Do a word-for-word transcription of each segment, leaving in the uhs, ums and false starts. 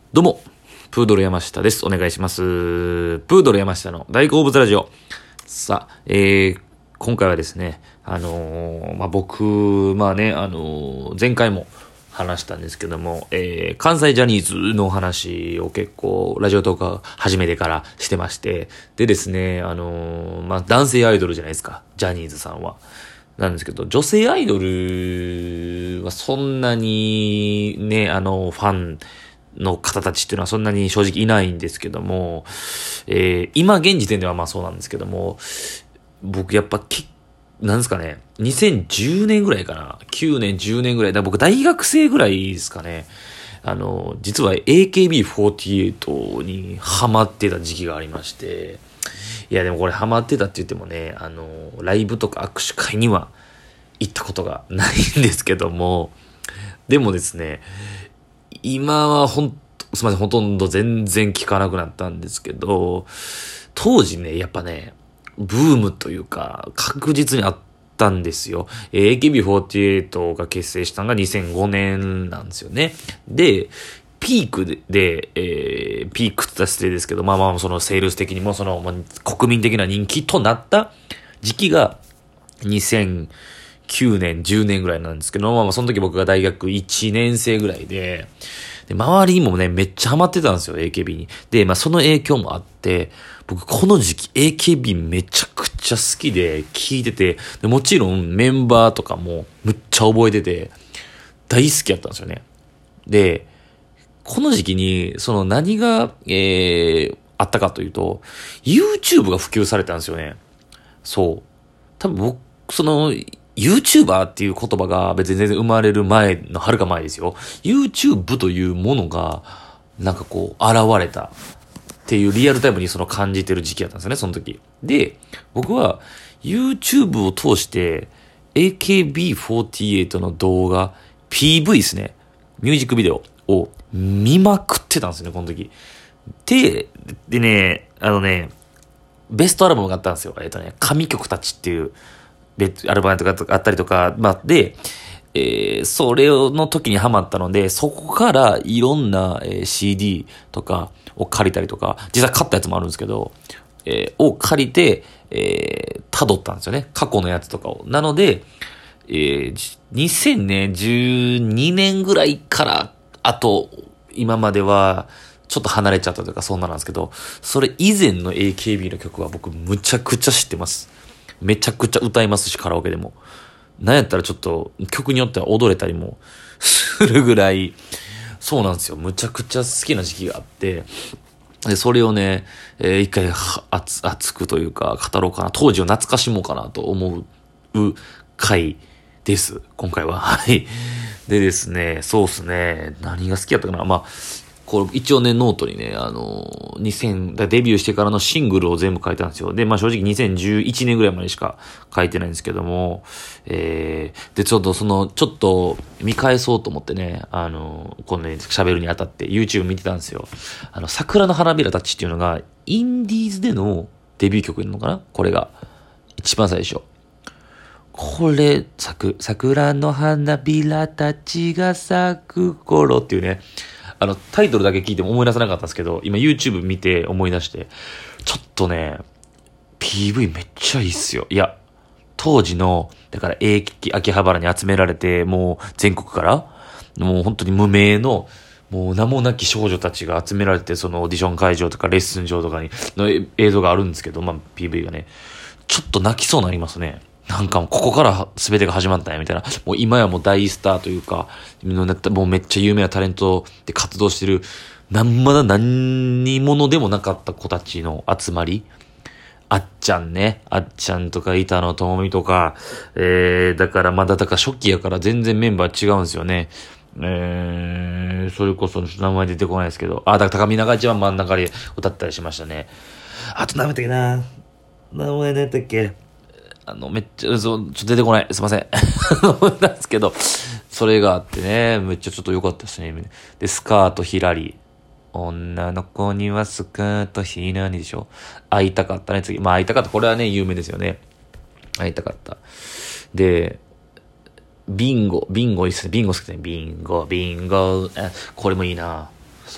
どうも、プードル山下です。お願いします。プードル山下の大好物ラジオ。さあ、えー、今回はですね、あのー、まあ、僕、まあね、あのー、前回も話したんですけども、えー、関西ジャニーズの話を結構、ラジオトーク始めてからしてまして、でですね、あのー、まあ、男性アイドルじゃないですか、ジャニーズさんは。なんですけど、女性アイドルはそんなにね、あの、ファンの方たちっていうのはそんなに正直いないんですけども、えー、今現時点ではまあそうなんですけども、僕やっぱき、なんですかね、にせんじゅうねんぐらいかな、きゅうねん、じゅうねんぐらい、だ僕大学生ぐらいですかね、あの、実は エーケービーフォーティーエイト にハマってた時期がありまして、いやでもこれハマってたって言ってもね、あの、ライブとか握手会には行ったことがないんですけども、でもですね、今はほんと、すみません、ほとんど全然聞かなくなったんですけど、当時ね、やっぱね、ブームというか、確実にあったんですよ。えー エーケービーフォーティーエイト が結成したのがにせんごねんなんですよね。で、ピークで、でえー、ピークって言ったら失礼ですけど、まあまあ、そのセールス的にも、その、まあ、国民的な人気となった時期が、にせんきゅうねん、じゅうねんぐらいなんですけど、まあまあ、その時僕が大学いちねん生ぐらいで、で、周りにもね、めっちゃハマってたんですよ、エーケービー に。で、まあ、その影響もあって、僕、この時期、エーケービー めちゃくちゃ好きで、聞いてて、でもちろんメンバーとかも、むっちゃ覚えてて、大好きやったんですよね。で、この時期に、その何が、えー、あったかというと、YouTube が普及されたんですよね。そう。多分僕、その、YouTuber っていう言葉が別に全然生まれる前の遥か前ですよ。YouTube というものが、なんかこう、現れたっていうリアルタイムにその感じてる時期だったんですよね、その時。で、僕は YouTube を通して エーケービーフォーティーエイト の動画、ピーブイ ですね、ミュージックビデオを見まくってたんですよね、この時。で、でね、あのね、ベストアルバムがあったんですよ。えっとね、神曲たちっていう別アルバムとかあったりとか、まあ、で、えー、それの時にハマったので、そこからいろんな、えー、シーディー とかを借りたりとか、実際買ったやつもあるんですけど、えー、を借りて、えー、辿ったんですよね。過去のやつとかを。なので、えー、にせんじゅうにねんぐらいから、あと、今までは、ちょっと離れちゃったというか、そんななんですけど、それ以前の エーケービー の曲は僕むちゃくちゃ知ってます。めちゃくちゃ歌いますし、カラオケでも。なんやったらちょっと曲によっては踊れたりもするぐらい、そうなんですよ。むちゃくちゃ好きな時期があって、で、それをね、えー、一回は熱、熱くというか語ろうかな。当時を懐かしもうかなと思う回です。今回は。はい。でですね、そうっすね。何が好きやったかな。まあ、これ一応ね、ノートにね、あの、にせん、デビューしてからのシングルを全部書いたんですよ。で、まあ正直にせんじゅういちねんぐらいまでしか書いてないんですけども、えー、で、ちょっとその、ちょっと見返そうと思ってね、あの、このね、喋るにあたって YouTube 見てたんですよ。あの、桜の花びらたちっていうのが、インディーズでのデビュー曲なのかなこれが。一番最初。これ、咲く、桜の花びらたちが咲く頃っていうね、あの、タイトルだけ聞いても思い出せなかったんですけど、今 YouTube 見て思い出して、ちょっとね、ピーブイ めっちゃいいっすよ。いや、当時の、だから、英吉秋葉原に集められて、もう全国から、もう本当に無名の、もう名もなき少女たちが集められて、そのオーディション会場とかレッスン場とかに、の映像があるんですけど、まあ ピーブイ がね、ちょっと泣きそうになりますね。なんかもうここから全てが始まったんやみたいな。もう今やもう大スターというか、もうめっちゃ有名なタレントで活動してる、なんまだ何にものでもなかった子たちの集まり。あっちゃんね。あっちゃんとか板野友美とか、えー、だからまだだから初期やから全然メンバー違うんですよね。えー、それこそ名前出てこないですけど。あ、だから高見長一番真ん中で歌ったりしましたね。あと何だっけな。名前何だっけ。あの、めっちゃ、そう、ちょっと出てこない。すいません。なんですけど、それがあってね、めっちゃちょっと良かったですね。で、スカートひらり。女の子にはスカートひらりでしょ。会いたかったね、次。まあ会いたかった。これはね、有名ですよね。会いたかった。で、ビンゴ。ビンゴいいっすね。ビンゴ好きですね。ビンゴ、ビンゴ。あ、これもいいな。そう。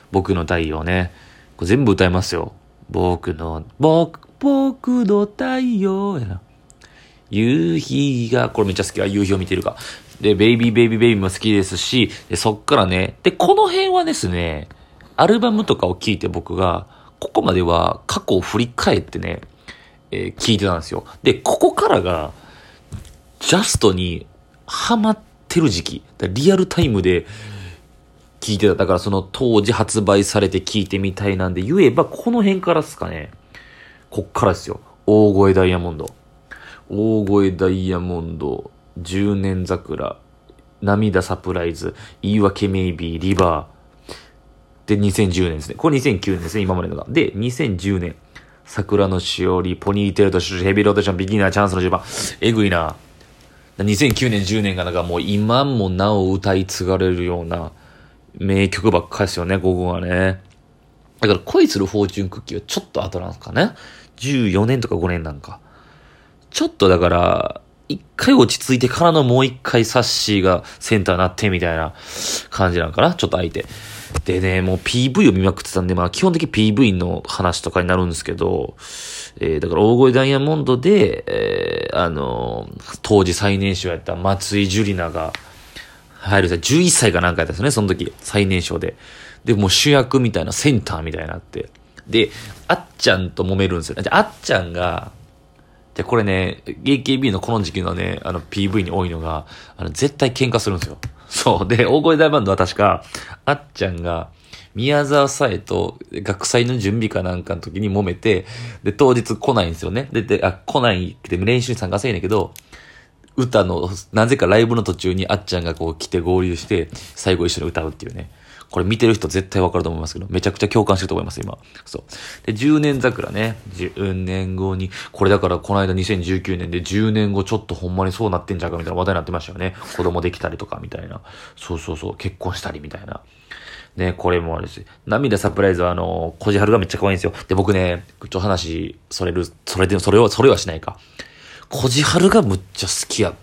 僕の太陽ね。これ全部歌いますよ。僕の、僕、僕の太陽やな。夕日が、これめっちゃ好き。夕日を見てるか。で、ベイビーベイビーベイビーも好きですし、で、そっからね、で、この辺はですね、アルバムとかを聴いて僕が、ここまでは過去を振り返ってね、えー、聞いてたんですよ。で、ここからが、ジャストにハマってる時期。リアルタイムで聞いてた。だからその当時発売されて聞いてみたいなんで言えば、この辺からですかね。こっからですよ。大声ダイヤモンド。大声ダイヤモンド、十年桜、涙サプライズ、言い訳メイビー、リバー。で、にせんじゅうねんですね。これにせんきゅうねんですね、今までのが。で、にせんじゅうねん。桜のしおり、ポニーテールとシュシュヘビーローテーション、ビギナー、チャンスのじゅうばん。えぐいな。にせんきゅうねん、じゅうねんがなんかもう今もなお歌い継がれるような名曲ばっかりですよね、ここはね。だから恋するフォーチュンクッキーはちょっと後なんですかね。じゅうよねんとかごねんなんか。ちょっとだから、一回落ち着いてからのもう一回サッシーがセンターになってみたいな感じなんかな。ちょっと相手。でね、もう ピーブイ を見まくってたんで、まあ基本的に ピーブイ の話とかになるんですけど、えー、だから大声ダイヤモンドで、えー、あのー、当時最年少やった松井樹里奈が入るさ、じゅういっさいかなんかやったんですね、その時。最年少で。で、もう主役みたいな、センターみたいになって。で、あっちゃんと揉めるんですよ。で、あっちゃんが、で、これね、エーケービー のこの時期のね、あの ピーブイ に多いのが、あの、絶対喧嘩するんですよ。そう。で、大声大バンドは確か、あっちゃんが、宮沢さえと学祭の準備かなんかの時に揉めて、で、当日来ないんですよね。で、で、あ、来ないって練習に参加せんねんけど、歌の、なぜかライブの途中にあっちゃんがこう来て合流して、最後一緒に歌うっていうね。これ見てる人絶対わかると思いますけど、めちゃくちゃ共感してると思います、今。そう。で、じゅうねん桜ね。じゅうねんごに、これだからこの間にせんじゅうきゅうねんでじゅうねんごちょっとほんまにそうなってんじゃんかみたいな話題になってましたよね。子供できたりとかみたいな。そうそうそう、結婚したりみたいな。ね、これもあれです。涙サプライズはあの、小路春がめっちゃ可愛いんですよ。で、僕ね、ちょっと話、それる、それで、それを、それはしないか。小路春がむっちゃ好きやって、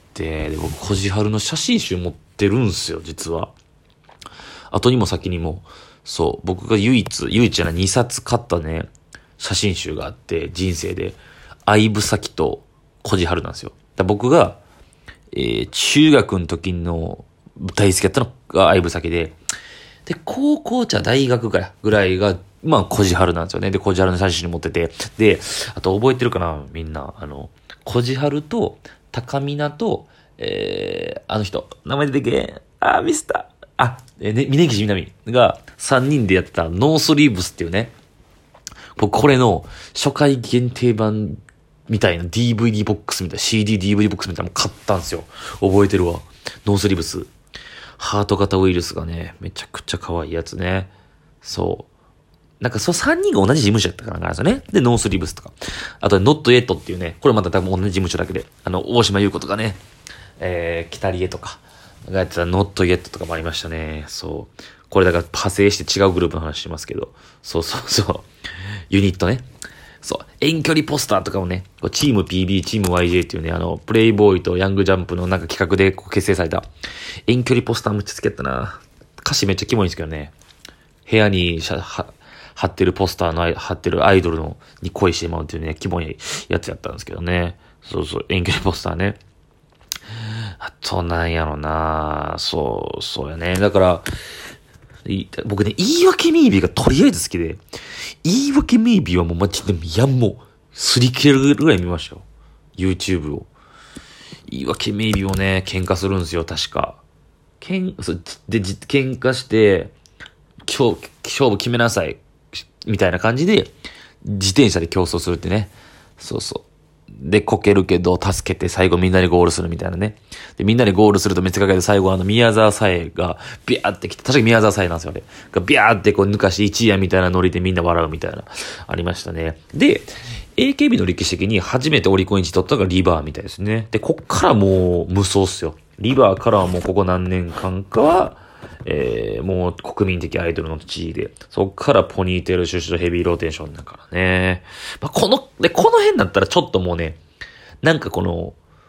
で、僕小路春の写真集持ってるんすよ、実は。後にも先にも、そう、僕が唯一、唯一じゃないにさつ買ったね、写真集があって、人生で、相武咲と小路春なんですよ。だ僕が、えー、中学の時の大好きやったのが相武咲で、で、高校じゃ大学ぐらい、ぐらいが、まあ、小路春なんですよね。で、小路春の写真持ってて。で、あと覚えてるかなみんな。あの、小路春と、高見菜と、えー、あの人、名前出てけあー、ミスター。あ、えー、ね、峯岸みなみがさんにんでやってたノースリーブスっていうね。僕、これの初回限定版みたいな ディーブイディー ボックスみたいな シーディー、ディーブイディー ボックスみたいなのも買ったんですよ。覚えてるわ。ノースリーブス。ハート型ウイルスがね、めちゃくちゃ可愛いやつね。そう。なんかそのさんにんが同じ事務所やったからなんですよね。で、ノースリーブスとか。あと、ノットエットっていうね、これまた多分同じ事務所だけで、あの、大島優子とかね、えー、北リエとか、がやってたノットエットとかもありましたね。そう。これだから派生して違うグループの話してますけど。そうそうそう。ユニットね。そう。遠距離ポスターとかもね、チーム ピービー、チーム ワイジェー っていうね、あの、プレイボーイとヤングジャンプのなんか企画でこう結成された遠距離ポスターめっちゃ好きやったな。歌詞めっちゃキモいんですけどね。部屋にしゃは貼ってるポスターの貼ってるアイドルのに恋してまうっていうね、キモいやつやったんですけどね。そうそう、遠距離ポスターね。あとなんやろなそう、そうやね。だから、僕ね、言い訳メイビーがとりあえず好きで、言い訳メイビーはもうマジで、いやもう、擦り切れるぐらい見ましたよ。YouTube を。言い訳メイビーをね、喧嘩するんですよ、確か。けん、そう、で、喧嘩して、今日、勝負決めなさい。みたいな感じで、自転車で競争するってね。そうそう。で、こけるけど、助けて最後みんなでゴールするみたいなね。で、みんなでゴールするとめっちゃかけて最後あの宮沢さえがビャーって来て、確かに宮沢さえなんですよ、あれ。がビャーってこう抜かして一夜みたいなノリでみんな笑うみたいな、ありましたね。で、エーケービー の歴史的に初めてオリコンいち取ったのがリバーみたいですね。で、こっからもう無双っすよ。リバーからはもうここ何年間かは、えー、もう国民的アイドルの地位で、そっからポニーテールシュッシュヘビーローテーションだからね。まあ、この、で、この辺だったらちょっともうね、なんかこの、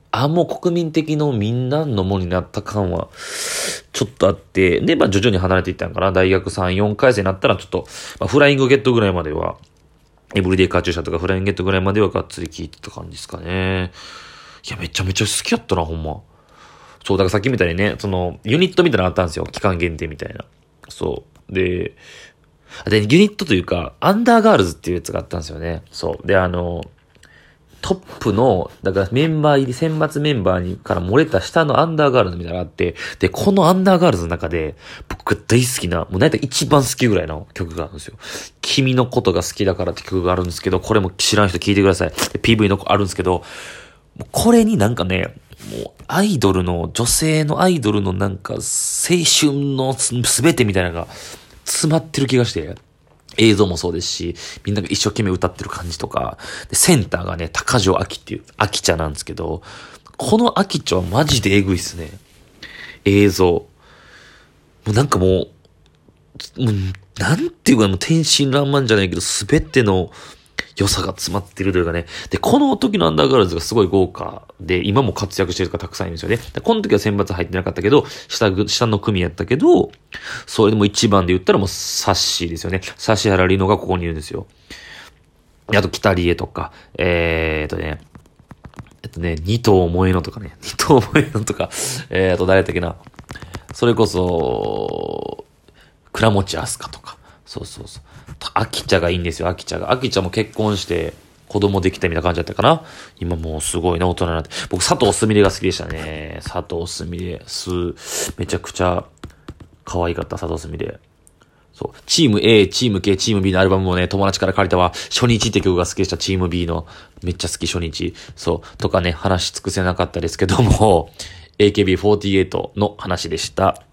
あ、もう国民的のみんなのものになった感は、ちょっとあって、で、まあ徐々に離れていったんかな。大学さん、よんかい生になったらちょっと、まあ、フライングゲットぐらいまでは、エブリデイカチューシャとかフライングゲットぐらいまではがっつり聞いてた感じですかね。いや、めちゃめちゃ好きやったな、ほんま。そう、だからさっきみたいにね、その、ユニットみたいなのあったんですよ。期間限定みたいな。そう。で、で、ユニットというか、アンダーガールズっていうやつがあったんですよね。そう。で、あの、トップの、だからメンバー入り、選抜メンバーにから漏れた下のアンダーガールズみたいなのがあって、で、このアンダーガールズの中で、僕が大好きな、もう大体一番好きぐらいの曲があるんですよ。君のことが好きだからって曲があるんですけど、これも知らん人聞いてください。で ピーブイ のあるんですけど、もうこれになんかね、もうアイドルの、女性のアイドルのなんか青春のすべてみたいなのが詰まってる気がして、映像もそうですし、みんなが一生懸命歌ってる感じとか、でセンターがね、高城秋っていう、秋茶なんですけど、この秋茶はマジでエグいっすね。映像。もうなんかもう、もう、なんていうか、もう天真爛漫じゃないけど、すべての良さが詰まってるというかね。で、この時のアンダーガールズがすごい豪華で、今も活躍してる人がたくさんいるんですよね。でこの時は選抜入ってなかったけど、下、下の組やったけど、それでも一番で言ったらもうサッシーですよね。指原莉乃がここにいるんですよ。あと、北里江とか、えーっとね、えっとね、二頭萌えのとかね、二頭萌えのとか、えーっと、誰だったっけな。それこそ、倉持明日香とか。そうそうそう。秋茶がいいんですよ、秋茶が。秋茶も結婚して子供できたみたいな感じだったかな。今もうすごいな、大人になって。僕、佐藤すみれが好きでしたね。佐藤すみれ。す、めちゃくちゃ可愛かった、佐藤すみれ。そう。チーム A、チーム K、チーム B のアルバムもね、友達から借りたわ。初日って曲が好きでした、チーム B の。めっちゃ好き、初日。そう。とかね、話し尽くせなかったですけども、エーケービーフォーティーエイト の話でした。